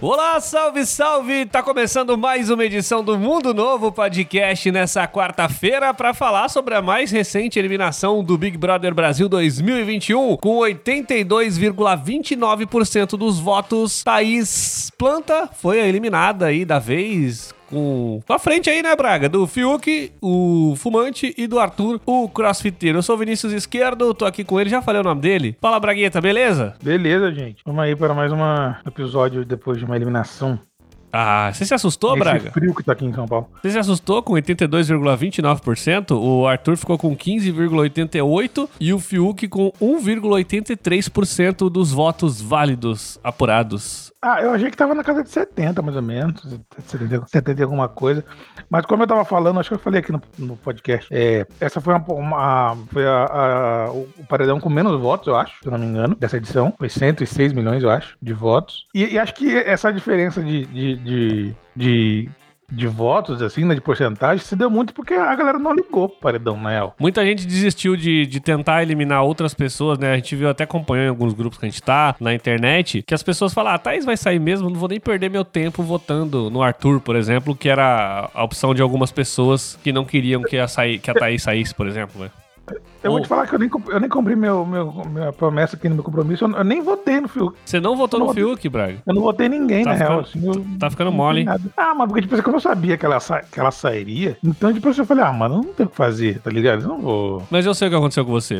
Olá, salve, salve! Tá começando mais uma edição do Mundo Novo Podcast nessa quarta-feira para falar sobre a mais recente eliminação do Big Brother Brasil 2021. Com 82,29% dos votos, Thaís Planta foi a eliminada aí da vez. Com a frente aí, né, Braga? Do Fiuk, o Fumante e do Arthur, o crossfiteiro. Eu sou o Vinícius Esquerdo, tô aqui com ele, já falei o nome dele. Fala, Bragueta, beleza? Beleza, gente. Vamos aí para mais um episódio depois de uma eliminação. Ah, você se assustou, Braga? Esse frio que tá aqui em São Paulo. Você se assustou com 82,29%? O Arthur ficou com 15,88% e o Fiuk com 1,83% dos votos válidos apurados. Eu achei que tava na casa de 70, mais ou menos. 70 e alguma coisa. Mas como eu tava falando, acho que eu falei aqui no podcast. Essa foi o paredão com menos votos, eu acho, se eu não me engano, dessa edição. Foi 106 milhões, eu acho, de votos. E acho que essa diferença de votos, assim, né, de porcentagem, se deu muito porque a galera não ligou pro paredão, na real. Muita gente desistiu de tentar eliminar outras pessoas, né? A gente viu, até acompanhou em alguns grupos que a gente tá na internet, que as pessoas falam, Thaís vai sair mesmo, não vou nem perder meu tempo votando no Arthur, por exemplo, que era a opção de algumas pessoas que não queriam que a Thaís saísse, por exemplo, né? Eu vou te falar que eu nem cumpri minha promessa aqui no meu compromisso. Eu nem votei no Fiuk. Você não votou no Fiuk, Braga? Eu não votei ninguém, na real. Assim, tá ficando mole, hein? Mas porque, tipo, como eu sabia que ela sairia, então, tipo, eu falei, mano, não tem o que fazer, tá ligado? Eu não vou. Mas eu sei o que aconteceu com você.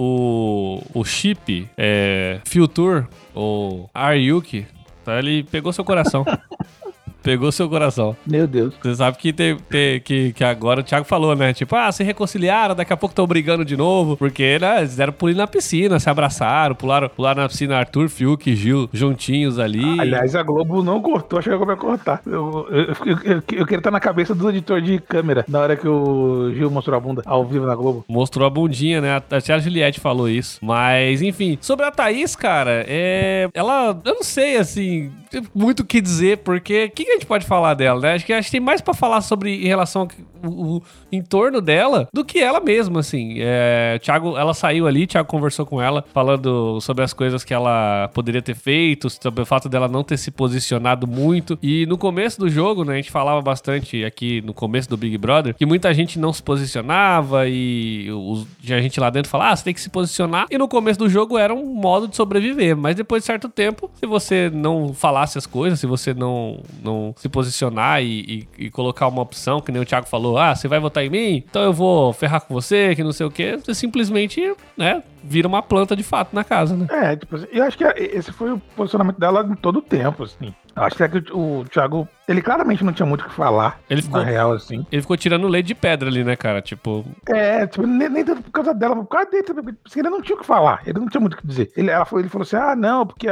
O Chip, Future, ou Aryuki, tá? Ele pegou seu coração. Pegou seu coração. Meu Deus. Você sabe que agora o Thiago falou, né? Tipo, se reconciliaram, daqui a pouco estão brigando de novo. Porque, né, eles deram pulinho na piscina, se abraçaram, pularam na piscina Arthur, Fiuk e Gil juntinhos ali. Aliás, a Globo não cortou, achei que a Globo ia cortar. Eu queria estar na cabeça do editor de câmera na hora que o Gil mostrou a bunda ao vivo na Globo. Mostrou a bundinha, né? Até a Juliette falou isso. Mas, enfim, sobre a Thaís, cara, ela, eu não sei, assim, muito o que dizer, porque o que a gente pode falar dela, né? Acho que tem mais pra falar sobre em relação ao entorno dela do que ela mesma, assim. Thiago, ela saiu ali, Thiago conversou com ela, falando sobre as coisas que ela poderia ter feito, sobre o fato dela não ter se posicionado muito. E no começo do jogo, né, a gente falava bastante aqui no começo do Big Brother, que muita gente não se posicionava e a gente lá dentro falava, você tem que se posicionar. E no começo do jogo era um modo de sobreviver, mas depois de certo tempo, se você não falasse as coisas, se você não se posicionar e colocar uma opção, que nem o Thiago falou, você vai votar em mim? Então eu vou ferrar com você, que não sei o quê. Você simplesmente, né, vira uma planta de fato na casa, né? Tipo assim, eu acho que esse foi o posicionamento dela em todo o tempo, assim. Acho que o Thiago, ele claramente não tinha muito o que falar, na real, assim. Ele ficou tirando leite de pedra ali, né, cara? Tipo, nem tanto por causa dela, por causa dele, porque ele não tinha o que falar, ele não tinha muito o que dizer. Ele falou assim, não, porque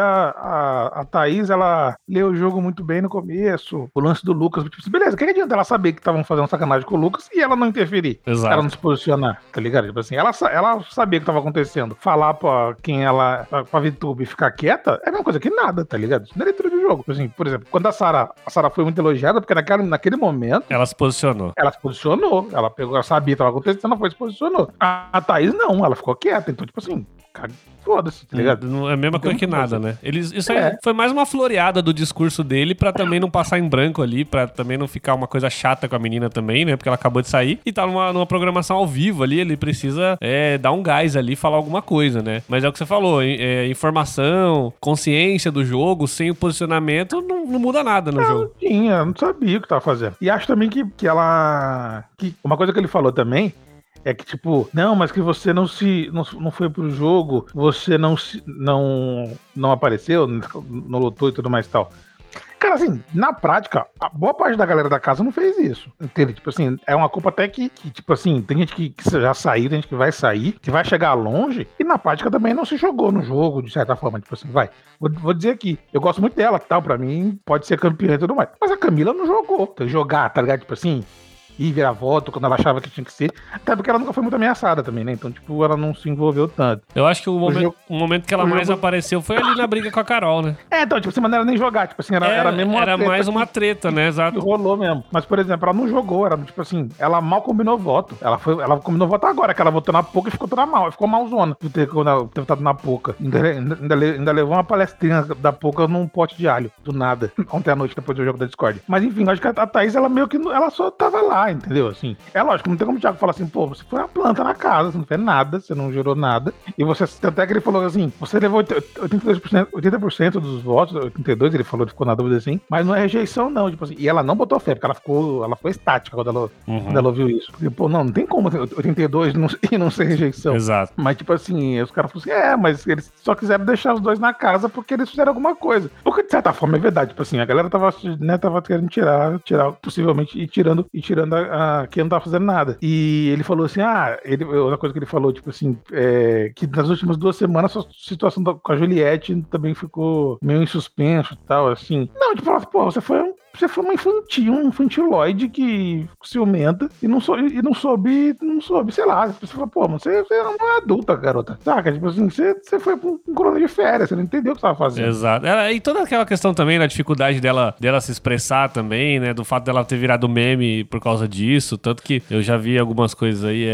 a Thaís, ela leu o jogo muito bem no começo, o lance do Lucas, tipo, beleza, o que adianta ela saber que estavam fazendo sacanagem com o Lucas e ela não interferir? Exato. Ela não se posicionar, tá ligado? Tipo assim, ela sabia o que tava acontecendo. Falar pra pra VTube ficar quieta, é a mesma coisa que nada, tá ligado? Isso não é leitura de jogo. Tipo assim, por exemplo, quando a Sarah foi muito elogiada, porque naquele momento... Ela se posicionou. Ela sabia o que estava acontecendo, ela foi se posicionou. A Thaís não, ela ficou quieta, então tipo assim... Foda-se, tá ligado? Não é a mesma coisa que nada, né? Isso aí foi mais uma floreada do discurso dele pra também não passar em branco ali, pra também não ficar uma coisa chata com a menina também, né? Porque ela acabou de sair e tá numa programação ao vivo ali, ele precisa dar um gás ali, falar alguma coisa, né? Mas é o que você falou, informação, consciência do jogo, sem o posicionamento, não muda nada no jogo. Não sabia o que tava fazendo. E acho também que uma coisa que ele falou também é que, tipo, não, mas que você não foi pro jogo, você não apareceu, não lutou e tudo mais e tal. Cara, assim, na prática, a boa parte da galera da casa não fez isso, entende? Tipo assim, é uma culpa até que tipo assim, tem gente que já saiu, tem gente que vai sair, que vai chegar longe, e na prática também não se jogou no jogo, de certa forma, tipo assim, vou dizer aqui, eu gosto muito dela, tal, pra mim, pode ser campeã e tudo mais, mas a Camila não jogou, jogar, tá ligado? Tipo assim, ir virar voto quando ela achava que tinha que ser. Até porque ela nunca foi muito ameaçada também, né? Então, tipo, ela não se envolveu tanto. Eu acho que o momento que ela mais apareceu foi ali na briga com a Carol, né? Então, tipo, assim, mas não era nem jogar, tipo assim, era mesmo uma era treta mais uma treta, né? Exato. Que rolou mesmo. Mas, por exemplo, ela não jogou, era tipo assim, ela mal combinou voto. Ela combinou voto agora, que ela votou na Poca e ficou toda mal, ficou malzona de ter votado na Poca. Ainda levou uma palestrinha da Poca num pote de alho, do nada, ontem à noite, depois do jogo da Discord. Mas enfim, acho que a Thaís, ela meio que, ela só tava lá, entendeu? Assim, é lógico, não tem como o Thiago falar assim, pô, você foi uma planta na casa, você não fez nada, você não gerou nada, e você, até que ele falou assim, você levou 80% dos votos, 82%, ele falou, ele ficou na dúvida assim, mas não é rejeição não, tipo assim, e ela não botou fé, porque ela ficou estática quando ela ouviu isso. Porque, pô, não tem como 82 e não ser rejeição. Exato. Mas, tipo assim, os caras falaram assim, mas eles só quiseram deixar os dois na casa porque eles fizeram alguma coisa. Porque, de certa forma, é verdade. Tipo assim, a galera tava querendo tirar, possivelmente, e tirando quem não tava fazendo nada. E ele falou assim, outra coisa que ele falou, tipo assim, que nas últimas 2 semanas a situação com a Juliette também ficou meio em suspenso e tal, assim. Não, tipo, pô, você foi uma infantiloide que ciumenta e não soube, sei lá. Você fala, pô, mas você era uma adulta, garota. Saca? Tipo assim, você foi pra um colônia de férias, você não entendeu o que você tava fazendo. Exato. E toda aquela questão também, da dificuldade dela se expressar também, né? Do fato dela ter virado meme por causa disso. Tanto que eu já vi algumas coisas aí.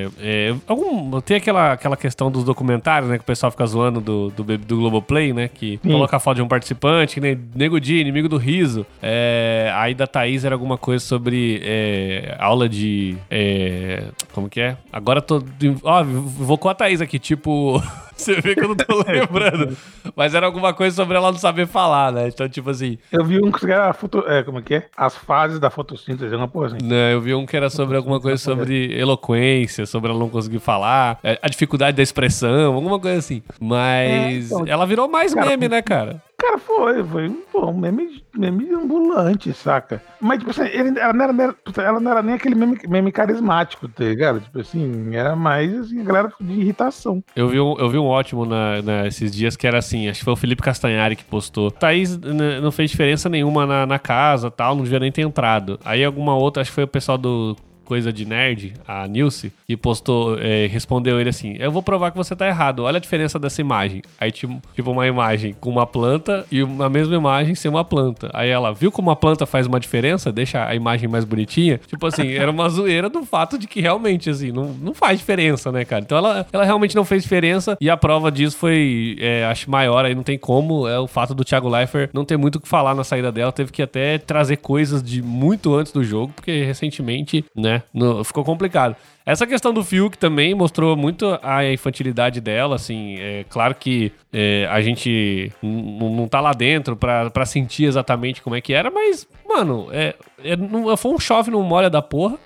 Tem aquela questão dos documentários, né? Que o pessoal fica zoando do Globoplay, né? Que coloca a foto de um participante, que nem Nego Di, inimigo do riso. Aí da Thaís era alguma coisa sobre aula de... como que é? Agora eu tô... invocou a Thaís aqui, tipo... Você vê que eu não tô lembrando. Mas era alguma coisa sobre ela não saber falar, né? Então, tipo assim... Eu vi um que era como é que é? As fases da fotossíntese, uma coisa assim. Não, eu vi um que era sobre alguma coisa sobre eloquência, sobre ela não conseguir falar, a dificuldade da expressão, alguma coisa assim. Mas ela virou mais meme, né, cara? Cara, foi um meme ambulante, saca? Mas, tipo assim, ela não era nem aquele meme carismático, tá ligado? Tipo assim, era mais assim, a galera de irritação. Eu vi um ótimo esses dias que era assim, acho que foi o Felipe Castanhari que postou. Thaís não fez diferença nenhuma na casa, tal, não devia nem ter entrado. Aí alguma outra, acho que foi o pessoal do Coisa de Nerd, a Nilce, que postou, respondeu ele assim, eu vou provar que você tá errado, olha a diferença dessa imagem. Aí tipo uma imagem com uma planta e a mesma imagem sem uma planta. Aí ela, viu como a planta faz uma diferença? Deixa a imagem mais bonitinha? Tipo assim, era uma zoeira do fato de que realmente, assim, não faz diferença, né, cara? Então ela realmente não fez diferença e a prova disso foi, acho maior, aí não tem como, é o fato do Thiago Leifert não ter muito o que falar na saída dela, teve que até trazer coisas de muito antes do jogo, porque recentemente, né, ficou complicado. Essa questão do Fiuk também mostrou muito a infantilidade dela, assim, claro que a gente não tá lá dentro pra sentir exatamente como é que era, mas, mano, foi um chove não molha da porra,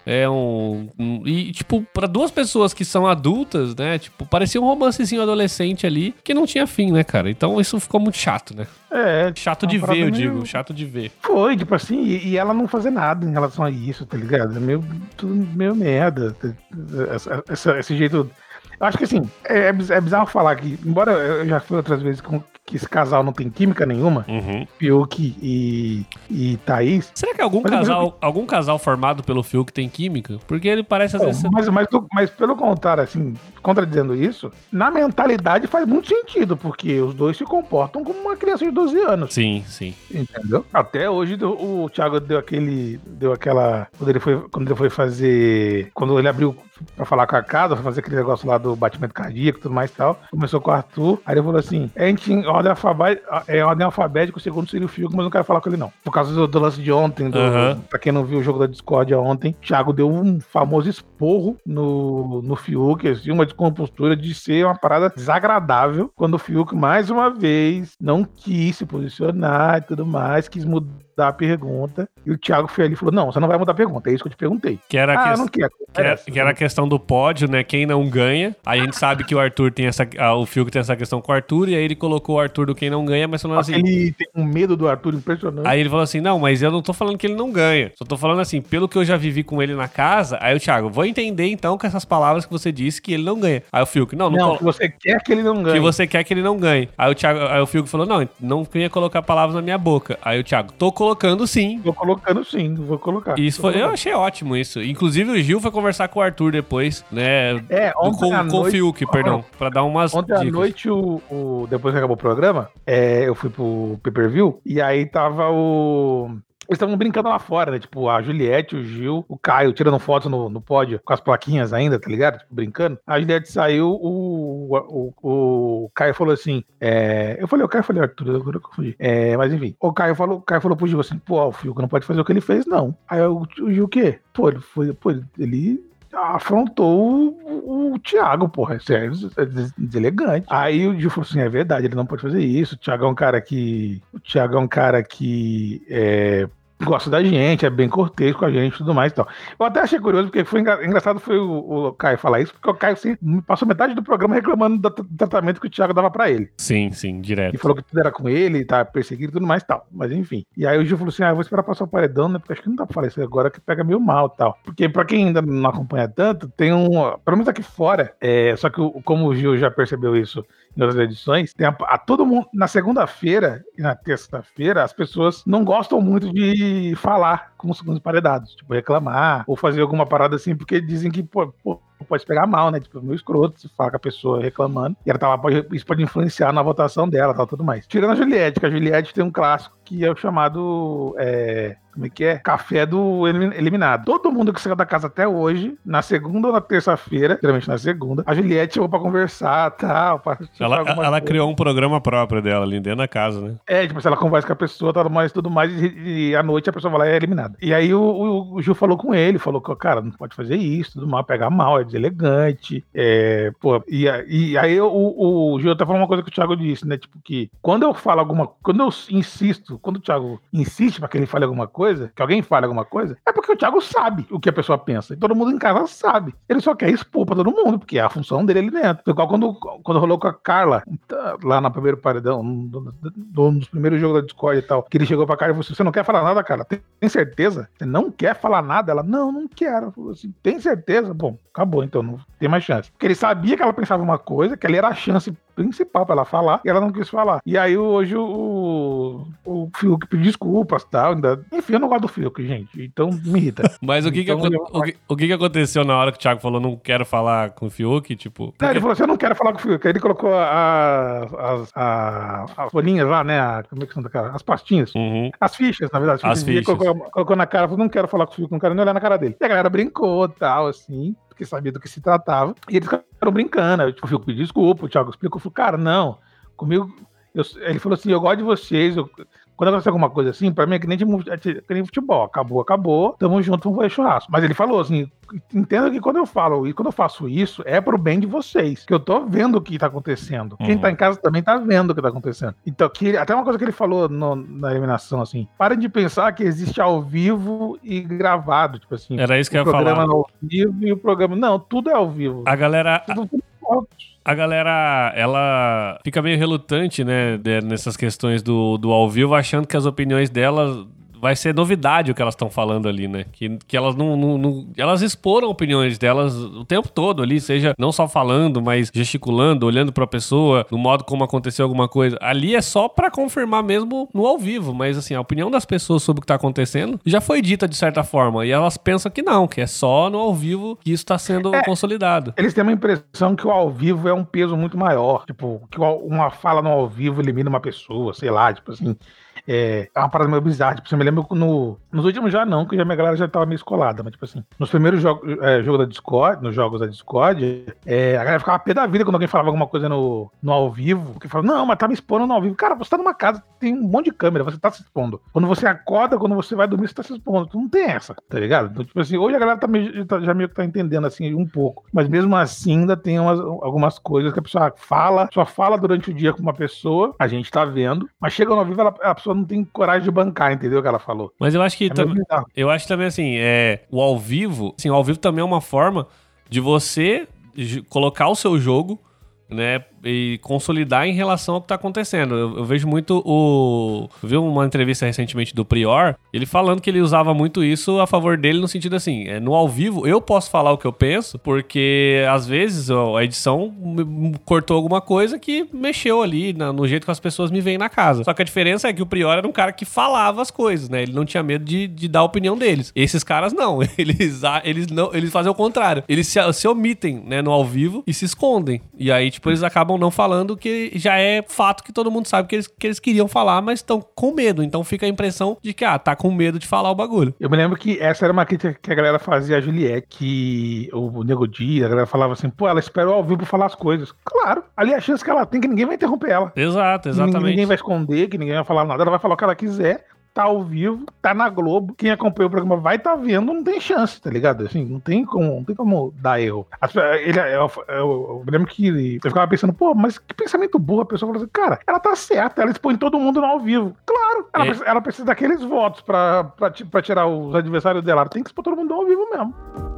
e, tipo, pra 2 pessoas que são adultas, né, tipo, parecia um romancezinho adolescente ali, que não tinha fim, né, cara, então isso ficou muito chato, né. Chato de ver, eu digo, chato de ver. Foi, tipo assim, e ela não fazer nada em relação a isso, tá ligado? Tudo meio merda. Esse jeito. Eu acho que assim, é bizarro falar que, embora eu já fui outras vezes que esse casal não tem química nenhuma, Fiuk e Thaís. Será que algum casal formado pelo Fiuk tem química? Porque ele parece às vezes... Mas pelo contrário, assim, contradizendo isso, na mentalidade faz muito sentido, porque os dois se comportam como uma criança de 12 anos. Sim, sim. Entendeu? Até hoje o Thiago deu aquela... Quando ele foi fazer... Quando ele abriu pra falar com a casa, pra fazer aquele negócio lá do batimento cardíaco e tudo mais e tal. Começou com o Arthur, aí ele falou assim, a gente em ordem alfabética, o segundo seria o Fiuk, mas não quero falar com ele não. Por causa do lance de ontem, pra quem não viu o jogo da Discordia ontem, o Thiago deu um famoso esporro no Fiuk, assim, uma descompostura de ser uma parada desagradável, quando o Fiuk, mais uma vez, não quis se posicionar e tudo mais, quis mudar a pergunta, e o Thiago foi ali e falou, não, você não vai mudar a pergunta, é isso que eu te perguntei. Que era a questão do pódio, né, quem não ganha, aí a gente sabe que o Arthur tem o Fiuk tem essa questão com o Arthur, e aí ele colocou o Arthur do quem não ganha, mas falando assim... Ele tem um medo do Arthur impressionante. Aí ele falou assim, não, mas eu não tô falando que ele não ganha, só tô falando assim, pelo que eu já vivi com ele na casa, aí o Thiago, vou entender então com essas palavras que você disse que ele não ganha. Aí o Fiuk, não, que você quer que ele não ganhe. Que você quer que ele não ganhe. Aí o Fiuk falou, não queria colocar palavras na minha boca. Aí o Thiago, tô colocando colocando sim. Vou colocando sim, vou colocar. Isso foi, eu achei ótimo isso. Inclusive o Gil foi conversar com o Arthur depois, né? Com o Fiuk, perdão, pra dar umas ontem dicas. à noite, depois que acabou o programa, eu fui pro pay-per-view e aí tava eles estavam brincando lá fora, né? Tipo, a Juliette, o Gil, o Caio tirando fotos no pódio com as plaquinhas ainda, tá ligado? Tipo, brincando. A Juliette saiu, o Caio falou assim, eu falei Arthur, agora eu confundi. Mas enfim, o Caio falou pro Gil assim, pô, o Fiuk não pode fazer o que ele fez, não. Aí o Gil, o quê? Pô, ele afrontou o Thiago, porra. Isso é deselegante. Aí o Gil falou assim: é verdade, ele não pode fazer isso. O Thiago é um cara que gosta da gente, é bem cortês com a gente e tudo mais e tal. Eu até achei curioso, porque foi engraçado foi o Caio falar isso, porque o Caio assim, passou metade do programa reclamando do tratamento que o Thiago dava pra ele. Sim, direto. E falou que tudo era com ele, tá perseguido e tudo mais e tal. Mas enfim. E aí o Gil falou assim: eu vou esperar passar o paredão, né? Porque acho que não dá pra falar isso agora, que pega meio mal e tal. Porque pra quem ainda não acompanha tanto, tem pelo menos aqui fora, só que como o Gil já percebeu isso em outras edições, tem a todo mundo, na segunda-feira e na terça-feira, as pessoas não gostam muito de falar com os emparedados, tipo, reclamar ou fazer alguma parada assim, porque dizem que, pode pegar mal, né? Tipo, meio escroto se falar com a pessoa reclamando. E ela isso pode influenciar na votação dela, tal, tudo mais. Tirando a Juliette, que a Juliette tem um clássico que é o chamado como é que é? Café do eliminado. Todo mundo que saiu da casa até hoje, na segunda ou na terça-feira, geralmente na segunda, a Juliette chegou pra conversar, tal. Ela criou um programa próprio dela ali dentro da casa, né? Tipo, se ela conversa com a pessoa, tudo mais, e à noite a pessoa vai lá e é eliminada. E aí o Gil falou com ele, falou que, cara, não pode fazer isso, tudo mal, pegar mal, é deselegante, e aí o Gil até falou uma coisa que o Thiago disse, né? Tipo, que quando eu insisto, quando o Thiago insiste pra que ele fale alguma coisa, que alguém fale alguma coisa, é porque o Thiago sabe o que a pessoa pensa. E todo mundo em casa sabe. Ele só quer expor pra todo mundo, porque é a função dele ali dentro. Igual quando rolou com a Carla, lá no primeiro paredão, nos primeiros jogos da Discord e tal, que ele chegou pra Carla e falou assim: você não quer falar nada, Carla? Tem certeza? Você não quer falar nada? Ela, não quero. Falou assim: tem certeza? Bom, acabou, então não tem mais chance. Porque ele sabia que ela pensava uma coisa, que ali era a chance principal pra ela falar, e ela não quis falar. E aí hoje o Fiuk pediu desculpas e tal. Enfim, eu não gosto do Fiuk, gente, então me irrita. Mas o que aconteceu na hora que o Thiago falou não quero falar com o Fiuk? Tipo, não, ele falou assim: eu não quero falar com o Fiuk. Aí ele colocou as folhinhas lá, né? Como é que são da cara? As pastinhas. Uhum. As fichas, na verdade. As fichas. Colocou na cara, falou: não quero falar com o Fiuk, não quero nem olhar na cara dele. E a galera brincou e tal, assim, porque sabia do que se tratava. E eles ficaram brincando. Aí, tipo, o Fiuk pediu desculpa, o Thiago explicou, falou: cara, não, comigo. Ele falou assim: eu gosto de vocês. Quando acontece alguma coisa assim, pra mim é que nem futebol. Acabou, tamo junto, vamos fazer churrasco. Mas ele falou assim: entenda que quando eu faço isso, é pro bem de vocês. Que eu tô vendo o que tá acontecendo. Quem tá em casa também tá vendo o que tá acontecendo. Então, até uma coisa que ele falou na eliminação, assim: parem de pensar que existe ao vivo e gravado. Tipo assim, era isso que eu ia falar. O programa ao vivo e o programa. Não, tudo é ao vivo. A galera, ela fica meio relutante, né, nessas questões do ao vivo, achando que as opiniões delas vai ser novidade o que elas estão falando ali, né? Que elas elas exporam opiniões delas o tempo todo ali, seja não só falando, mas gesticulando, olhando pra pessoa, no modo como aconteceu alguma coisa. Ali é só pra confirmar mesmo no ao vivo, mas assim, a opinião das pessoas sobre o que tá acontecendo já foi dita de certa forma, e elas pensam que não, que é só no ao vivo que isso tá sendo consolidado. Eles têm uma impressão que o ao vivo é um peso muito maior, tipo, que uma fala no ao vivo elimina uma pessoa, sei lá, tipo assim. É uma parada meio bizarra. Tipo, você me lembra nos últimos já não, que já minha galera já tava meio escolada, mas tipo assim, nos primeiros jogos da Discord, nos jogos da Discord, a galera ficava pé da vida quando alguém falava alguma coisa no ao vivo, porque falava: não, mas tá me expondo no ao vivo. Cara, você tá numa casa, tem um monte de câmera, você tá se expondo. Quando você acorda, quando você vai dormir, você tá se expondo. Tu não tem essa, tá ligado? Então, tipo assim, hoje a galera já meio que tá entendendo assim um pouco, mas mesmo assim ainda tem algumas coisas que a pessoa só fala durante o dia com uma pessoa, a gente tá vendo, mas chega no ao vivo, a pessoa não tem coragem de bancar, entendeu o que ela falou? Mas eu acho que eu acho também assim, o ao vivo, assim, o ao vivo também é uma forma de você colocar o seu jogo, né, e consolidar em relação ao que tá acontecendo. Eu vejo muito eu vi uma entrevista recentemente do Prior, ele falando que ele usava muito isso a favor dele no sentido assim, no ao vivo eu posso falar o que eu penso, porque às vezes a edição cortou alguma coisa que mexeu ali no jeito que as pessoas me veem na casa. Só que a diferença é que o Prior era um cara que falava as coisas, né? Ele não tinha medo de dar a opinião deles. Esses caras não, eles fazem o contrário. Eles se omitem, né, no ao vivo e se escondem. E aí, tipo, eles acabam não falando, que já é fato que todo mundo sabe que eles queriam falar, mas estão com medo. Então fica a impressão de que, tá com medo de falar o bagulho. Eu me lembro que essa era uma crítica que a galera fazia a Juliette, que o Nego Di, a galera falava assim, pô, ela esperou ao vivo falar as coisas. Claro, ali é a chance que ela tem que ninguém vai interromper ela. Exato, exatamente. Ninguém vai esconder, que ninguém vai falar nada, ela vai falar o que ela quiser. Tá ao vivo, tá na Globo, quem acompanha o programa vai tá vendo, não tem chance, tá ligado? Assim, não tem como dar erro. Eu lembro que eu ficava pensando, pô, mas que pensamento burro. A pessoa falou assim, cara, ela tá certa, ela expõe todo mundo no ao vivo. Claro, ela precisa daqueles votos pra tirar os adversários dela, ela tem que expor todo mundo no ao vivo mesmo.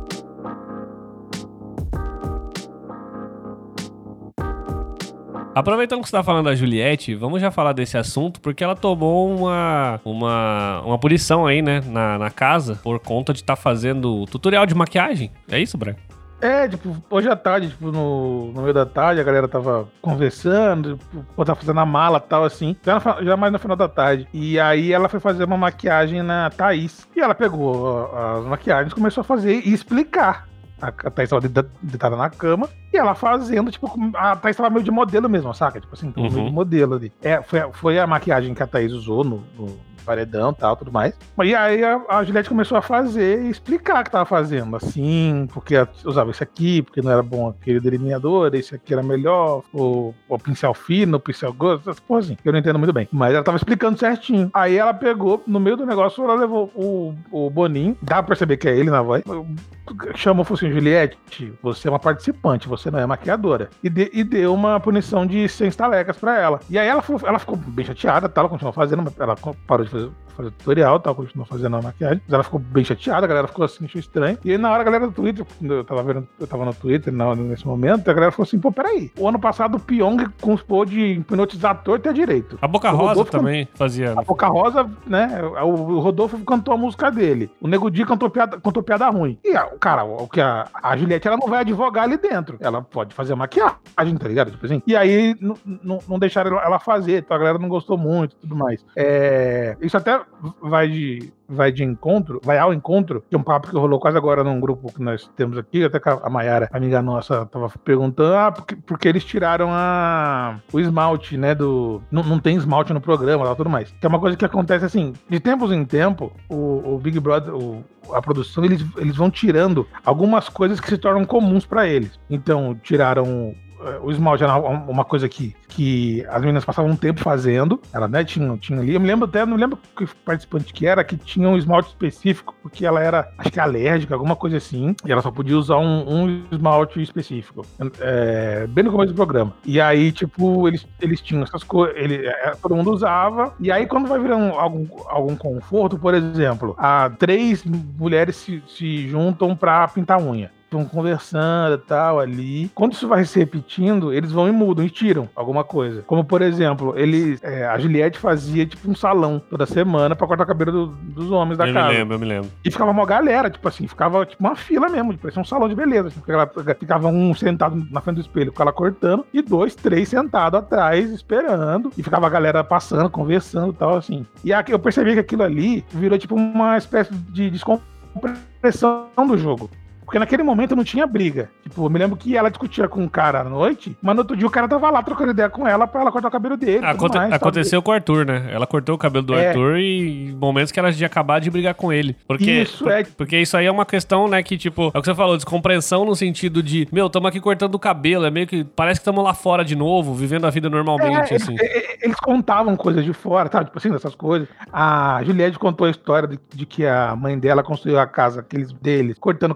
Aproveitando que você tá falando da Juliette, vamos já falar desse assunto, porque ela tomou uma punição aí, né, na casa, por conta de estar fazendo tutorial de maquiagem. É isso, Brian? Tipo, hoje à tarde, tipo, no meio da tarde, a galera tava conversando, tipo, tava fazendo a mala e tal, assim, já mais no final da tarde. E aí ela foi fazer uma maquiagem na Thaís. E ela pegou as maquiagens, começou a fazer e explicar. A Thaís tava deitada na cama e ela fazendo, tipo, a Thaís tava meio de modelo mesmo, saca? Tipo assim, meio de modelo ali. Foi a maquiagem que a Thaís usou no paredão e tal, tudo mais. E aí a Juliette começou a fazer e explicar o que tava fazendo. Assim, porque usava esse aqui, porque não era bom aquele delineador, esse aqui era melhor, o pincel fino, o pincel grosso, essas porra assim. Eu não entendo muito bem. Mas ela tava explicando certinho. Aí ela pegou, no meio do negócio, ela levou o Boninho, dá pra perceber que é ele na voz, chamou, falou assim, Juliette, você é uma participante, você não é maquiadora. E deu uma punição de 100 estalecas pra ela. E aí ela ficou bem chateada, tá? Ela continuou fazendo, ela parou de fazer tutorial, tal, continuou fazendo a maquiagem. Mas ela ficou bem chateada, a galera ficou assim, achou estranho. E aí na hora a galera do Twitter, eu tava no Twitter nesse momento, a galera ficou assim, pô, peraí. O ano passado o Pyong conspôs de hipnotizar ator até direito. A Boca Rosa também fazia. A Boca Rosa, né? O Rodolfo cantou a música dele. O Nego Di cantou piada ruim. E cara, a Juliette, ela não vai advogar ali dentro. Ela pode fazer a maquiagem, tá ligado? Tipo assim. E aí não deixaram ela fazer, então a galera não gostou muito e tudo mais. Isso até vai ao encontro, que é um papo que rolou quase agora num grupo que nós temos aqui, até que a Mayara, amiga nossa, tava perguntando, porque eles tiraram o esmalte, né, não tem esmalte no programa e tudo mais. Que é uma coisa que acontece assim, de tempos em tempo, o Big Brother, a produção, eles vão tirando algumas coisas que se tornam comuns pra eles. Então, tiraram o esmalte, era uma coisa que as meninas passavam um tempo fazendo. Ela, né, tinha ali. Eu me lembro até, não lembro que participante que era, que tinha um esmalte específico, porque ela era, acho que alérgica, alguma coisa assim. E ela só podia usar um esmalte específico. Bem no começo do programa. E aí, tipo, eles tinham essas coisas. Todo mundo usava. E aí, quando vai virando algum conforto, por exemplo, 3 mulheres se juntam pra pintar unha. Estão conversando e tal ali. Quando isso vai se repetindo, eles vão e mudam e tiram alguma coisa. Como, por exemplo, a Juliette fazia tipo um salão toda semana pra cortar o cabelo dos homens da casa. Eu me lembro. E ficava uma galera, tipo assim, ficava tipo uma fila mesmo, parecia um salão de beleza. Assim, ficava um sentado na frente do espelho com ela cortando e 2, 3 sentados atrás esperando. E ficava a galera passando, conversando e tal, assim. E eu percebi que aquilo ali virou tipo uma espécie de descompressão do jogo. Porque naquele momento não tinha briga. Tipo, eu me lembro que ela discutia com um cara à noite, mas no outro dia o cara tava lá trocando ideia com ela pra ela cortar o cabelo dele. Aconteceu com o Arthur, né? Ela cortou o cabelo do Arthur e em momentos que ela tinha acabado de brigar com ele. Porque isso aí é uma questão, né, que tipo, é o que você falou, descompreensão no sentido de, tamo aqui cortando o cabelo, é meio que, parece que estamos lá fora de novo, vivendo a vida normalmente, assim. Eles contavam coisas de fora, sabe? Tipo assim, dessas coisas. A Juliette contou a história de que a mãe dela construiu a casa deles cortando cabelo.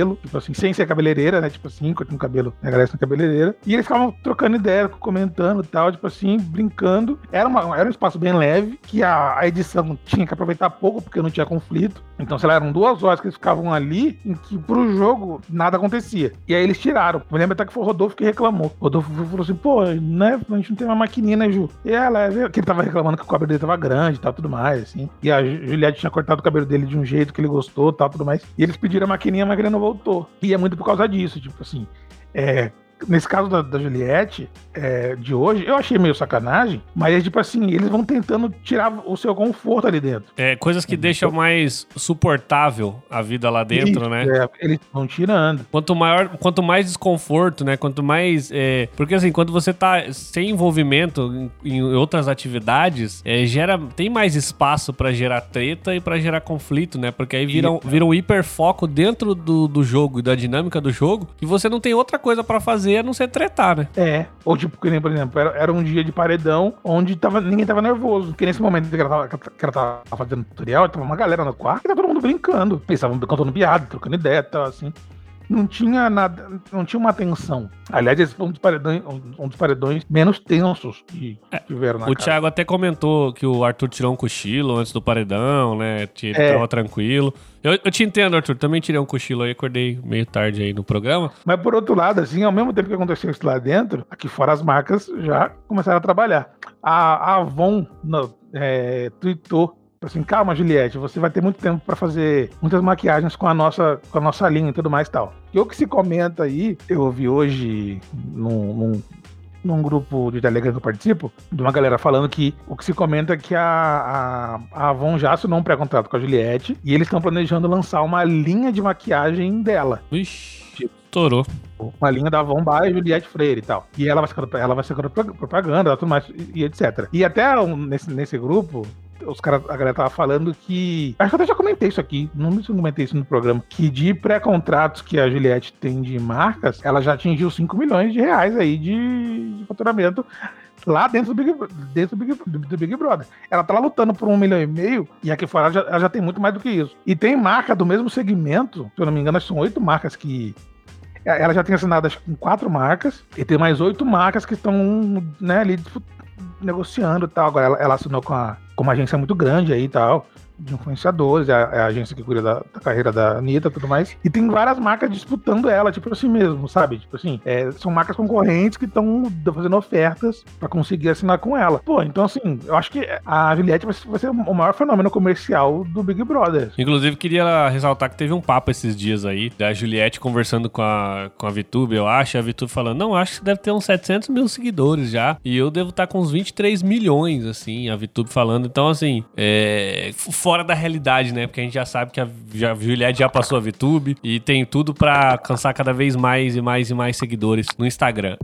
cabelo, tipo assim, sem ser cabeleireira, né? Tipo assim, cortando cabelo, né? Galera na cabeleireira. E eles ficavam trocando ideia, comentando e tal, tipo assim, brincando. Era um espaço bem leve, que a edição tinha que aproveitar pouco, porque não tinha conflito. Então, sei lá, eram 2 horas que eles ficavam ali, em que pro jogo nada acontecia. E aí eles tiraram. Eu lembro até que foi o Rodolfo que reclamou. O Rodolfo falou assim, pô, né, a gente não tem uma maquininha, né, Ju? E ela, que ele tava reclamando que o cabelo dele tava grande e tal, tudo mais, assim. E a Juliette tinha cortado o cabelo dele de um jeito que ele gostou, tal, tudo mais. E eles pediram a maquininha, a maquininha não voltou. E é muito por causa disso, tipo assim, nesse caso da Juliette, de hoje, eu achei meio sacanagem, mas tipo assim, eles vão tentando tirar o seu conforto ali dentro. Coisas que deixam mais suportável a vida lá dentro, isso, né? Eles vão tirando. Quanto mais desconforto, né? Quanto mais... porque assim, quando você tá sem envolvimento em outras atividades, tem mais espaço pra gerar treta e pra gerar conflito, né? Porque aí vira um hiperfoco dentro do jogo e da dinâmica do jogo, que você não tem outra coisa pra fazer a não ser tretar, né? Ou tipo, que nem, por exemplo, era um dia de paredão onde ninguém tava nervoso. Porque nesse momento que ela tava fazendo tutorial, tava uma galera no quarto e tava todo mundo brincando. Eles estavam contando piada, trocando ideia e tal, assim. Não tinha nada, não tinha uma tensão. Aliás, esse foi um dos paredões menos tensos que tiveram na casa. O Thiago até comentou que o Arthur tirou um cochilo antes do paredão, né? Ele tava tranquilo. Eu te entendo, Arthur. Também tirei um cochilo aí, acordei meio tarde aí no programa. Mas por outro lado, assim, ao mesmo tempo que aconteceu isso lá dentro, aqui fora as marcas já começaram a trabalhar. A Avon tweetou assim, calma, Juliette, você vai ter muito tempo pra fazer muitas maquiagens com a nossa linha e tudo mais e tal. E o que se comenta aí, eu ouvi hoje num grupo de Telegram que eu participo, de uma galera falando que o que se comenta é que a Avon já assinou um pré-contrato com a Juliette e eles estão planejando lançar uma linha de maquiagem dela. Vixe, estourou. Uma linha da Avon by Juliette Freire e tal. E ela vai ser propaganda, tudo mais, e etc. E até nesse grupo, a galera tava falando que... Acho que eu até já comentei isso aqui, não sei se eu comentei isso no programa, que de pré-contratos que a Juliette tem de marcas, ela já atingiu 5 milhões de reais aí de faturamento lá dentro do Big Brother. Ela tá lá lutando por 1,5 milhão e aqui fora ela já tem muito mais do que isso. E tem marca do mesmo segmento, se eu não me engano, acho que são 8 marcas que... Ela já tem assinado acho que com 4 marcas e tem mais 8 marcas que estão, né, ali negociando e tal. Agora ela assinou com uma agência muito grande aí e tal, de influenciadores, é a agência que cuida da carreira da Anitta e tudo mais. E tem várias marcas disputando ela, tipo assim mesmo, sabe? Tipo assim, são marcas concorrentes que estão fazendo ofertas pra conseguir assinar com ela. Pô, então assim, eu acho que a Juliette vai ser o maior fenômeno comercial do Big Brother. Inclusive, queria ressaltar que teve um papo esses dias aí, da Juliette conversando com a VTube, eu acho, e a VTube falando, não, acho que deve ter uns 700 mil seguidores já, e eu devo estar com uns 23 milhões, assim, a VTube falando. Então, assim, fora da realidade, né? Porque a gente já sabe que a Juliette já passou a VTube e tem tudo pra alcançar cada vez mais e mais e mais seguidores no Instagram.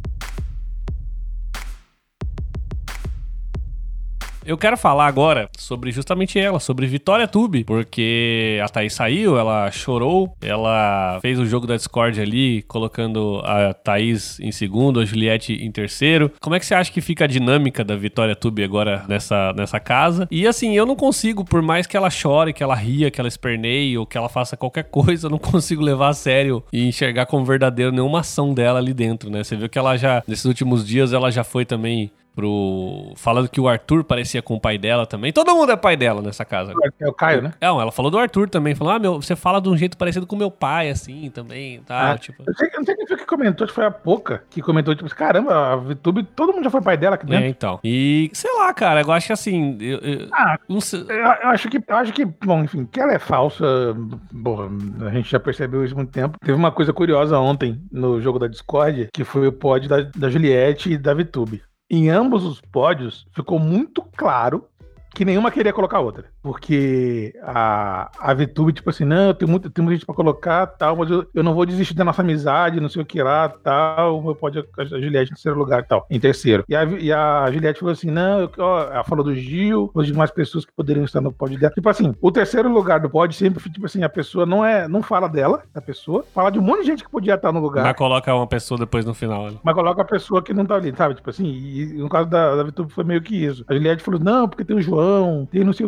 Eu quero falar agora sobre justamente ela, sobre Vitória Tube, porque a Thaís saiu, ela chorou, ela fez o jogo da Discord ali, colocando a Thaís em segundo, a Juliette em terceiro. Como é que você acha que fica a dinâmica da Vitória Tube agora nessa casa? E assim, eu não consigo, por mais que ela chore, que ela ria, que ela esperneie ou que ela faça qualquer coisa, eu não consigo levar a sério e enxergar como verdadeiro nenhuma ação dela ali dentro, né? Você viu que ela já, nesses últimos dias, ela já foi também falando que o Arthur parecia com o pai dela também. Todo mundo é pai dela nessa casa. É o Caio, né? Não, ela falou do Arthur também. Falou, você fala de um jeito parecido com meu pai, assim, também, tá? Tipo... Eu não sei quem foi que comentou, acho que foi a Poca, que comentou, tipo, caramba, a VTube, todo mundo já foi pai dela aqui dentro. Então. E, sei lá, cara, eu acho que assim... não sei. Eu acho que, bom, enfim, que ela é falsa, porra, a gente já percebeu isso há muito tempo. Teve uma coisa curiosa ontem, no jogo da Discord, que foi o pódio da Juliette e da VTube. Em ambos os pódios, ficou muito claro que nenhuma queria colocar a outra. Porque a VTube, tipo assim, não, eu tenho muita gente pra colocar, tal, mas eu não vou desistir da nossa amizade, não sei o que lá, tal, eu pode a Juliette em terceiro lugar, tal, em terceiro. E a Juliette falou assim, não, ela falou do Gil, falou de mais pessoas que poderiam estar no pódio dela. Tipo assim, o terceiro lugar do pódio sempre, tipo assim, a pessoa não fala dela, da pessoa, fala de um monte de gente que podia estar no lugar. Mas coloca uma pessoa depois no final, né? Mas coloca a pessoa que não tá ali, sabe? Tipo assim, e no caso da VTube foi meio que isso. A Juliette falou, não, porque tem o João, tem não sei o que,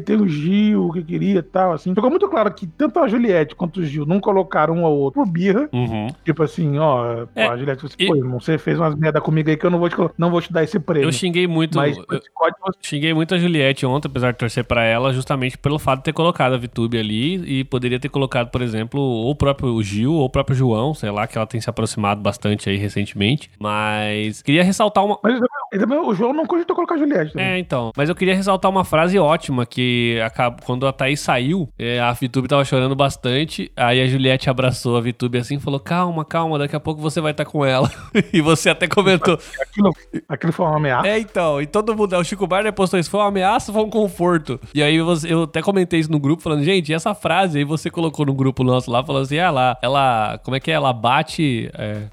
tem o Gil que queria e tal, assim. Ficou muito claro que tanto a Juliette quanto o Gil não colocaram um ao outro por birra. Tipo assim, ó, a Juliette falou assim, pô, irmão, você fez umas merda comigo aí que eu não vou te dar esse prêmio. Eu xinguei muito, xinguei muito a Juliette ontem, apesar de torcer pra ela, justamente pelo fato de ter colocado a VTube ali e poderia ter colocado, por exemplo, ou o próprio Gil ou o próprio João, sei lá, que ela tem se aproximado bastante aí recentemente, mas queria ressaltar uma... Mas também o João não cogitou colocar a Juliette também. Então, mas eu queria ressaltar uma frase ótima que quando a Thaís saiu, a VTube tava chorando bastante, aí a Juliette abraçou a VTube assim e falou, calma, daqui a pouco você vai estar com ela. E você até comentou. Aquilo foi uma ameaça? Então, e todo mundo, o Chico Barney postou isso, foi uma ameaça ou foi um conforto? E aí eu até comentei isso no grupo, falando, gente, e essa frase aí você colocou no grupo nosso lá, falando assim, ela como é que é? Ela bate...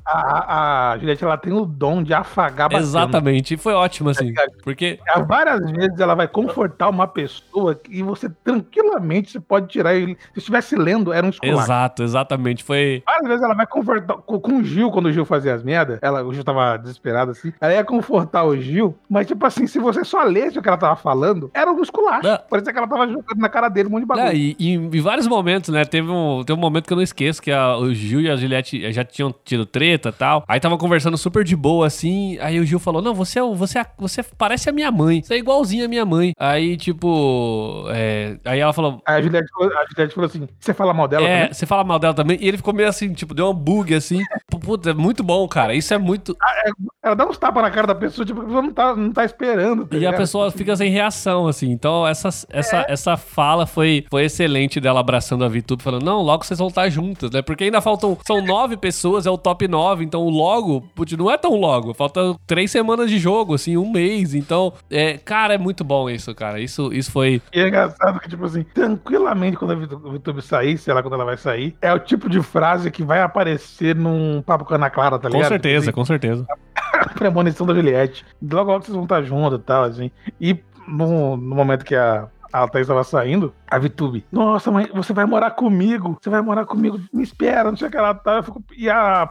A Juliette, ela tem o dom de afagar batendo. Exatamente, e foi ótimo, assim, porque... Várias vezes ela vai confortar uma pessoa e você tranquilamente você pode tirar ele. Se estivesse lendo, era um esculacho. Exato, exatamente, foi... Várias vezes ela vai confortar com o Gil, quando o Gil fazia as merdas, o Gil tava desesperado assim, ela ia confortar o Gil, mas tipo assim, se você só lesse o que ela tava falando, era um esculacho. Parecia que ela tava jogando na cara dele um monte de bagulho. E em vários momentos, né, teve um momento que eu não esqueço, que o Gil e a Juliette já tinham tido treta e tal, aí tava conversando super de boa, assim, aí o Gil falou, não, você parece a minha mãe, você é igualzinho a minha mãe. Aí, tipo, aí ela falou... Aí a Juliette falou assim, você fala mal dela também? Você fala mal dela também? E ele ficou meio assim, tipo, deu um bug, assim. Puta, é muito bom, cara, isso é muito... Ela dá uns tapas na cara da pessoa, tipo, a pessoa não tá esperando. Tá e ligado? a pessoa fica sem reação, assim. Então, essa fala foi excelente dela abraçando a VTube, falando, não, logo vocês vão estar juntas, né? Porque ainda são 9 pessoas, é o top 9, então o logo, putz, não é tão logo, falta 3 semanas de jogo, assim, 1 mês. Então, cara, é muito bom isso, cara. Isso foi... E é engraçado que, tipo assim, tranquilamente quando a VTube sair, sei lá quando ela vai sair, é o tipo de frase que vai aparecer num Papo Cana Clara, tá ligado? Com certeza, tipo assim, com certeza. A premonição da Juliette. Logo vocês vão estar juntos e tal, assim. E no momento que a Thaís estava saindo, a VTube, nossa, mãe, você vai morar comigo, me espera, não sei o que ela tá. E há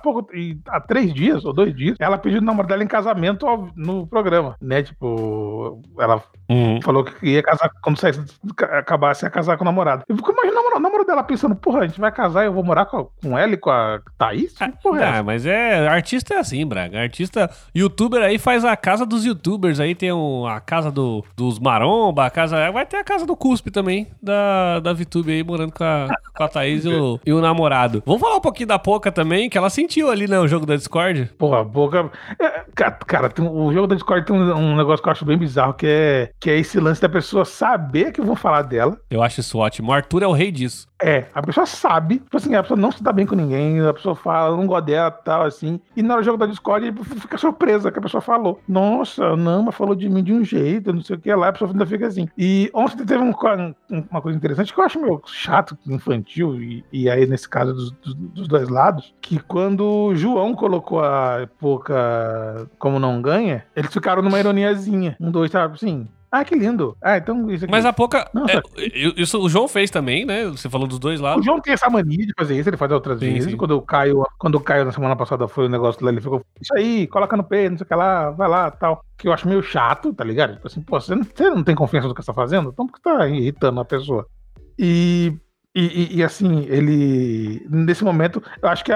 3 dias ou 2 dias, ela pediu o namoro dela em casamento no programa, né? Tipo, ela falou que ia casar quando acabasse a casar com o namorado. Eu fico imaginando o namoro dela pensando, porra, a gente vai casar e eu vou morar com ela e com a Thaís? Mas artista é assim, Braga. Artista, youtuber aí faz a casa dos youtubers, aí tem a casa dos maromba, vai ter a casa do Cuspe também, da VTube aí, morando com a Thaís e o namorado. Vamos falar um pouquinho da Poca também, que ela sentiu ali, né, o jogo da Discord. Porra, a Poca... Cara, o jogo da Discord tem um negócio que eu acho bem bizarro, que é esse lance da pessoa saber que vão falar dela. Eu acho isso ótimo. O Arthur é o rei disso. A pessoa sabe, tipo assim, a pessoa não se dá bem com ninguém, a pessoa fala, não gosta dela e tal, assim, e na hora do jogo da Discord fica surpresa que a pessoa falou. Nossa, não, mas falou de mim de um jeito, não sei o que lá, a pessoa ainda fica assim. E ontem teve uma coisa interessante que eu acho meio chato, infantil, e aí nesse caso dos dois lados, que quando o João colocou a Poca como não ganha, eles ficaram numa ironiazinha. Sabe, assim... que lindo. Então isso aqui. Mas a Poca... isso o João fez também, né? Você falou dos dois lados. O João tem essa mania de fazer isso, ele faz outras vezes. Sim. Quando o Caio na semana passada foi o negócio lá, ele ficou, isso aí, coloca no peito, não sei o que lá, vai lá, tal. Que eu acho meio chato, tá ligado? Tipo assim, pô, você não tem confiança no que você tá fazendo? Então por que tá irritando a pessoa? E assim, ele... Nesse momento, eu acho que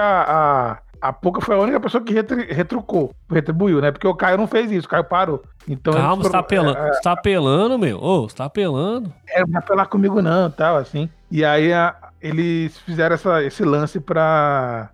a Poca foi a única pessoa que retribuiu, né? Porque o Caio não fez isso, o Caio parou. Então, calma, você tá apelando. Você tá apelando, meu. Você tá apelando. Não vai apelar comigo não, tal, assim. E aí eles fizeram esse lance pra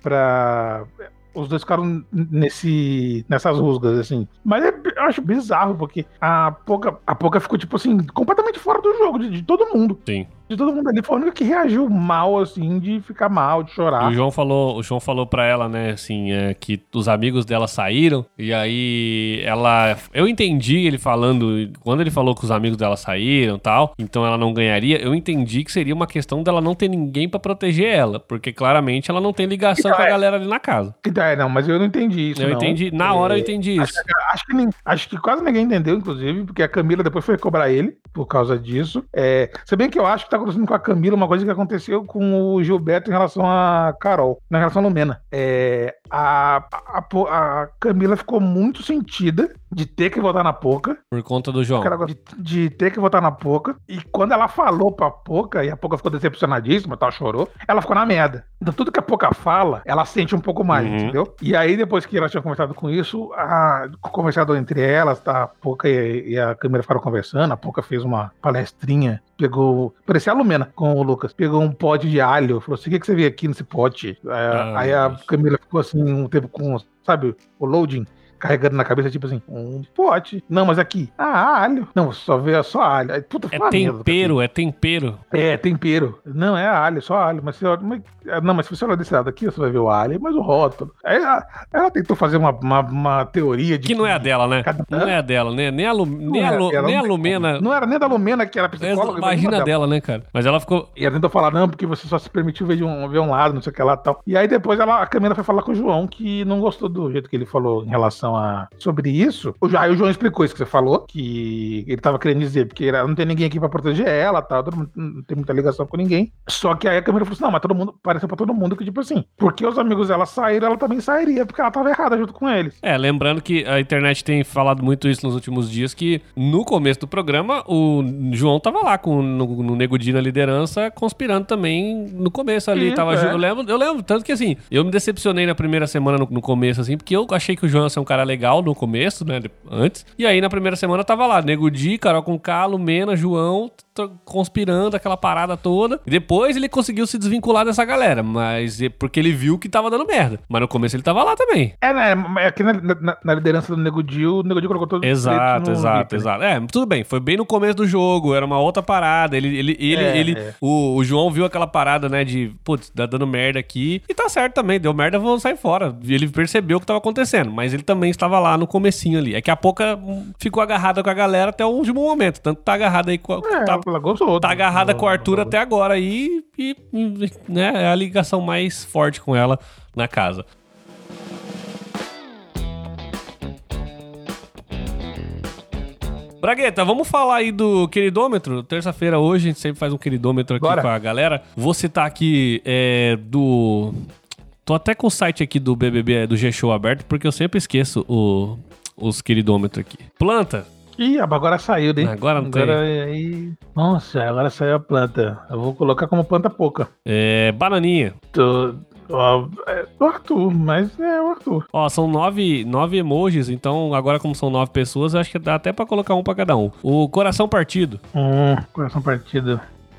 os dois ficaram nessas rusgas, assim. Mas eu acho bizarro, porque a Poca ficou, tipo assim, completamente fora do jogo, de todo mundo. Sim. De todo mundo ali, foi a única que reagiu mal, assim, de ficar mal, de chorar. E o João falou pra ela, né, assim, que os amigos dela saíram, e aí eu entendi ele falando, quando ele falou que os amigos dela saíram e tal, então ela não ganharia, eu entendi que seria uma questão dela não ter ninguém pra proteger ela, porque claramente ela não tem ligação com a galera ali na casa. Não, mas eu não entendi isso, eu entendi, na hora eu entendi isso. Acho que quase ninguém entendeu, inclusive, porque a Camila depois foi cobrar ele por causa disso. Se bem que eu acho que tá acontecendo com a Camila uma coisa que aconteceu com o Gilberto em relação a Carol, na relação a Lumena. A Camila ficou muito sentida de ter que votar na Poca. Por conta do João. De ter que votar na Poca. E quando ela falou pra Poca, e a Poca ficou decepcionadíssima, tal, chorou, ela ficou na merda. Então tudo que a Poca fala, ela sente um pouco mais, entendeu? E aí depois que ela tinha conversado com isso, conversado entre elas, tá, a Poca e a Camila ficaram conversando, a Poca fez uma palestrinha, parecia a Lumena com o Lucas, pegou um pote de alho, falou assim, o que você vê aqui nesse pote? Aí a Camila ficou assim, um tempo com, sabe, o loading, carregando na cabeça, tipo assim, um pote. Não, mas aqui, alho. Não, você só vê só alho. Aí, puta, é tempero, é tempero. É, tempero. Não, é alho, só alho. Mas se você olhar desse lado aqui, você vai ver o alho, mas o rótulo. Aí ela tentou fazer uma teoria de... Que não é a dela, né? Não é a dela, né? Nem a Lumena... Não era nem da Lumena, que era psicóloga. Imagina dela, né, cara? Mas ela ficou... E ela tentou falar, não, porque você só se permitiu ver um lado, não sei o que lá e tal. E aí depois a Camila foi falar com o João, que não gostou do jeito que ele falou em relação sobre isso. Aí o João explicou isso que você falou, que ele tava querendo dizer, porque não tem ninguém aqui pra proteger ela, tal, não tem muita ligação com ninguém. Só que aí a Camila falou assim, não, mas todo mundo, pareceu pra todo mundo que, tipo assim, porque os amigos dela saíram, ela também sairia, porque ela tava errada junto com eles. Lembrando que a internet tem falado muito isso nos últimos dias, que no começo do programa, o João tava lá no Nego Di na liderança, conspirando também no começo ali. Eu lembro, tanto que assim, eu me decepcionei na primeira semana no começo, assim, porque eu achei que o João ia ser um cara legal no começo, né, antes. E aí na primeira semana tava lá, Nego Di, Carol Conká, Lumena, João, conspirando aquela parada toda. E depois ele conseguiu se desvincular dessa galera, mas porque ele viu que tava dando merda. Mas no começo ele tava lá também. Aqui na liderança do Nego Di, o Nego Di colocou todos os Exato. Tudo bem, foi bem no começo do jogo, era uma outra parada. O João viu aquela parada, né, de, putz, tá dando merda aqui. E tá certo também, deu merda, vou sair fora. Ele percebeu o que tava acontecendo, mas ele também estava lá no comecinho ali. É que a Poca ficou agarrada com a galera até o último momento. Tanto tá agarrada aí com tá agarrada com o Arthur até agora aí e né, é a ligação mais forte com ela na casa. Bragueta, vamos falar aí do queridômetro. Terça-feira hoje, a gente sempre faz um queridômetro aqui com a galera. Vou citar aqui Tô até com o site aqui do BBB, do G-Show aberto, porque eu sempre esqueço os queridômetros aqui. Planta. Ih, agora saiu, né? Agora não tem. Nossa, agora saiu a planta. Eu vou colocar como planta pouca. Bananinha. O Arthur, mas é o Arthur. São 9 emojis, então agora como são 9 pessoas, eu acho que dá até pra colocar um pra cada um. O coração partido. Coração partido.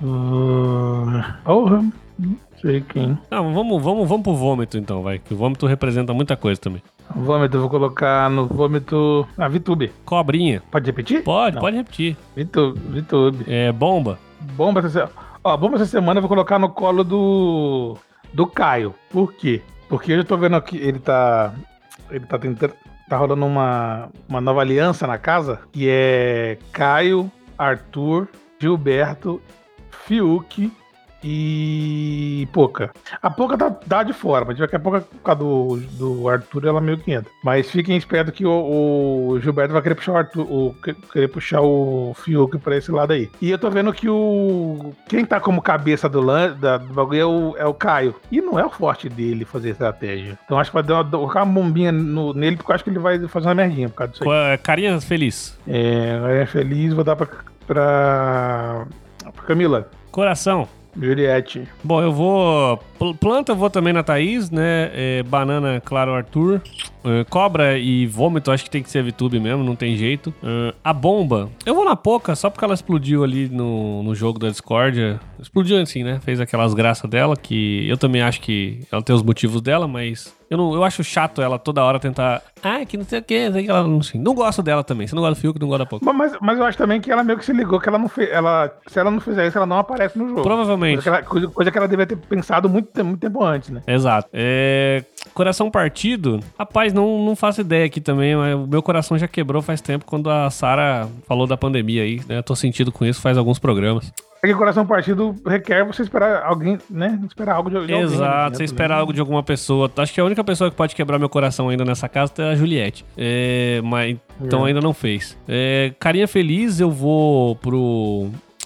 Não sei quem. Não, vamos pro vômito então, vai. Que o vômito representa muita coisa também. Vômito, vou colocar no vômito a VTube. Cobrinha. Pode repetir? Pode repetir. VTube. Bomba. Bomba essa semana eu vou colocar no colo do Caio. Por quê? Porque eu já tô vendo aqui, ele tá tentando, tá rolando uma nova aliança na casa, que é Caio, Arthur, Gilberto, Fiuk e Poca. A Poca tá de fora, mas daqui a pouco, por causa do Arthur, ela meio que entra. Mas fiquem espertos que o Gilberto vai querer puxar o Arthur, querer puxar o Fiuk pra esse lado aí. E eu tô vendo que quem tá como cabeça do bagulho é o Caio. E não é o forte dele fazer estratégia. Então acho que vai colocar uma bombinha nele, porque eu acho que ele vai fazer uma merdinha por causa disso aí. Carinha feliz. Carinha feliz, vou dar pra Camila. Coração. Juliette. Bom, eu vou... Planta eu vou também na Thaís, né? Banana, claro, Arthur. Cobra e vômito, acho que tem que ser VTube mesmo, não tem jeito. A bomba, eu vou na Poca, só porque ela explodiu ali no jogo da Discordia. Explodiu assim, né? Fez aquelas graças dela, que eu também acho que ela tem os motivos dela, mas eu acho chato ela toda hora tentar... que não sei o que, não gosto dela também. Você não gosta do Fiuk, não gosta da Poca. Mas eu acho também que ela meio que se ligou que ela não fez... Se ela não fizer isso, ela não aparece no jogo. Provavelmente. Coisa que ela devia ter pensado muito tempo antes, né? Exato. Coração partido, rapaz, não faço ideia aqui também, mas o meu coração já quebrou faz tempo quando a Sarah falou da pandemia aí, né? Eu tô sentindo com isso faz alguns programas. É que coração partido requer você esperar alguém, né? Esperar algo de alguém. Exato, né? Você esperar algo de alguma pessoa. Acho que a única pessoa que pode quebrar meu coração ainda nessa casa é a Juliette. Mas então ainda não fez. Carinha feliz, eu vou pro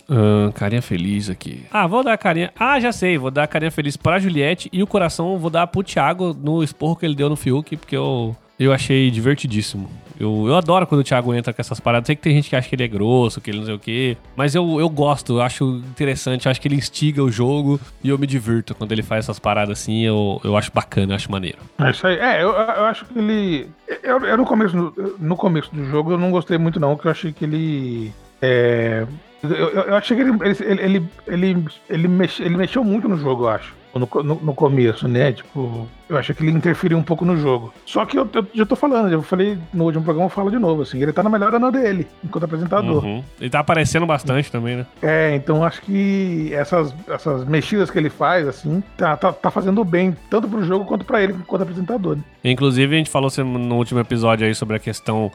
Carinha feliz aqui. Vou dar a carinha... já sei. Vou dar a carinha feliz pra Juliette e o coração vou dar pro Thiago no esporro que ele deu no Fiuk, porque eu achei divertidíssimo. Eu adoro quando o Thiago entra com essas paradas. Sei que tem gente que acha que ele é grosso, que ele não sei o quê. Mas eu gosto, eu acho interessante. Eu acho que ele instiga o jogo e eu me divirto quando ele faz essas paradas assim. Eu acho bacana, eu acho maneiro. É isso aí. Eu acho que ele... Eu no começo do jogo eu não gostei muito não, porque eu achei que ele... Eu achei que ele mexeu muito no jogo, eu acho. No começo, né? Tipo, eu achei que ele interferiu um pouco no jogo. Só que eu já tô falando, eu falei no último programa, eu falo de novo, assim, ele tá na melhor ano dele, enquanto apresentador. Ele tá aparecendo bastante também, né? Então acho que essas mexidas que ele faz, assim, tá fazendo bem, tanto pro jogo quanto pra ele, enquanto apresentador, né? Inclusive, a gente falou no último episódio aí sobre a questão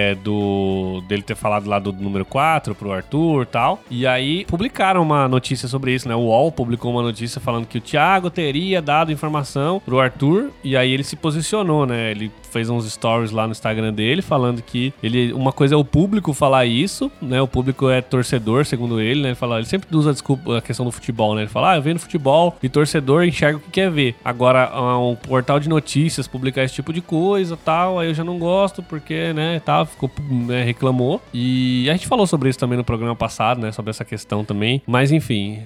dele ter falado lá do número 4 pro Arthur e tal. E aí, publicaram uma notícia sobre isso, né? O UOL publicou uma notícia falando que o Thiago teria dado informação pro Arthur, e aí ele se posicionou, né? Ele fez uns stories lá no Instagram dele, falando que uma coisa é o público falar isso, né? O público é torcedor, segundo ele, né? Ele sempre usa a questão do futebol, né? Ele fala, eu venho no futebol e torcedor enxerga o que quer ver. Agora, um portal de notícias publicar esse tipo de coisa e tal, aí eu já não gosto, porque, né, tal, reclamou. E a gente falou sobre isso também no programa passado, né? Sobre essa questão também, mas enfim.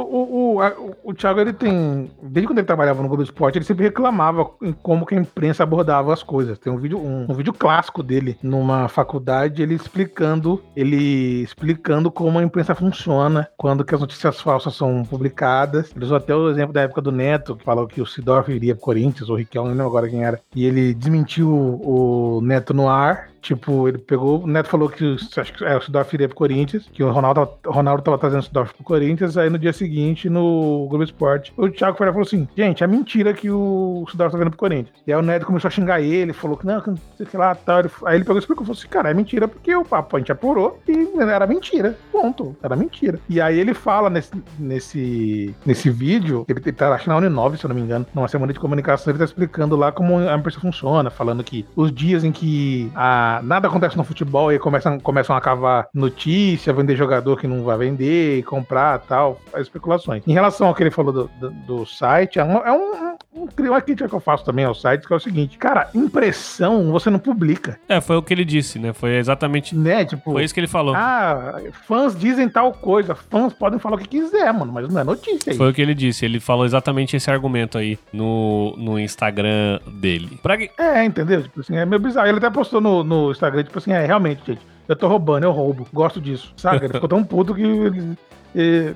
O Thiago, ele tem... Desde quando ele trabalhava no Globo Esporte, ele sempre reclamava em como que a imprensa abordava as coisas. Tem um vídeo clássico dele numa faculdade, ele explicando como a imprensa funciona, quando que as notícias falsas são publicadas. Ele usou até o exemplo da época do Neto, que falou que o Sidorf iria pro Corinthians, ou o Riquelme, não lembro agora quem era. E ele desmentiu o Neto no ar. Tipo, ele pegou, o Neto falou que o Sidorf iria pro Corinthians, que o Ronaldo tava trazendo o Sidorf pro Corinthians, aí no dia seguinte, no Globo Esporte, o Thiago Ferreira falou assim, gente, é mentira que o Sidorf tá vindo pro Corinthians. E aí o Neto começou a xingar ele, falou que não sei que lá, tal. Aí ele pegou e explicou, falou assim, cara, é mentira porque o papo a gente apurou e era mentira, ponto, era mentira. E aí ele fala nesse vídeo, ele tá acho que na Uninove, se eu não me engano, numa semana de comunicação, ele tá explicando lá como a imprensa funciona, falando que os dias em que nada acontece no futebol e começam a cavar notícia, vender jogador que não vai vender, comprar tal, faz especulações. Em relação ao que ele falou do site, uma crítica que eu faço também ao site, que é o seguinte, cara, impressão você não publica. Foi o que ele disse, né? Foi exatamente... Né? Tipo, foi isso que ele falou. Fãs dizem tal coisa, fãs podem falar o que quiser, mano, mas não é notícia aí. Foi o que ele disse, ele falou exatamente esse argumento aí no Instagram dele. Entendeu? Tipo assim, é meio bizarro. Ele até postou no Instagram, tipo assim, realmente, gente, eu tô roubando, eu roubo, gosto disso, sabe? Ele ficou tão puto que ele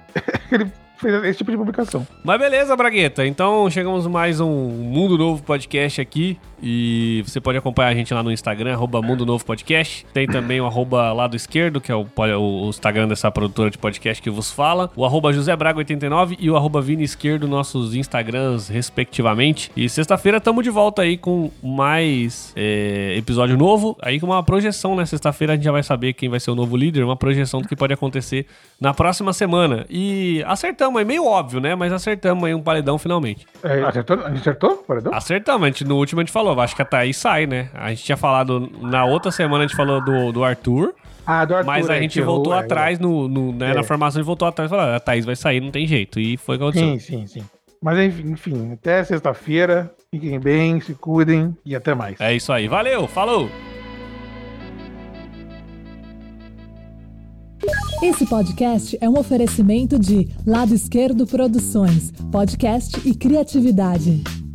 fez esse tipo de publicação. Mas beleza, Bragueta, então chegamos mais um Mundo Novo Podcast aqui, e você pode acompanhar a gente lá no Instagram, @Mundo Novo Podcast. Tem também o @Lado Esquerdo, que é o Instagram dessa produtora de podcast que vos fala, o @JoséBraga89 e o @Vini Esquerdo, nossos Instagrams respectivamente. E sexta-feira estamos de volta aí com mais episódio novo, aí com uma projeção, né? Sexta-feira a gente já vai saber quem vai ser o novo líder, uma projeção do que pode acontecer na próxima semana. E acertamos, é meio óbvio, né? Mas acertamos aí um paredão finalmente. Acertou o paredão? Acertamos, no último a gente falou, acho que a Thaís sai, né? A gente tinha falado, na outra semana a gente falou do Arthur. Do Arthur. Mas a gente voltou atrás na formação, a gente voltou atrás e falou, a Thaís vai sair, não tem jeito. E foi o que aconteceu. Sim. Mas enfim, até sexta-feira, fiquem bem, se cuidem e até mais. É isso aí, valeu, falou! Esse podcast é um oferecimento de Lado Esquerdo Produções, podcast e criatividade.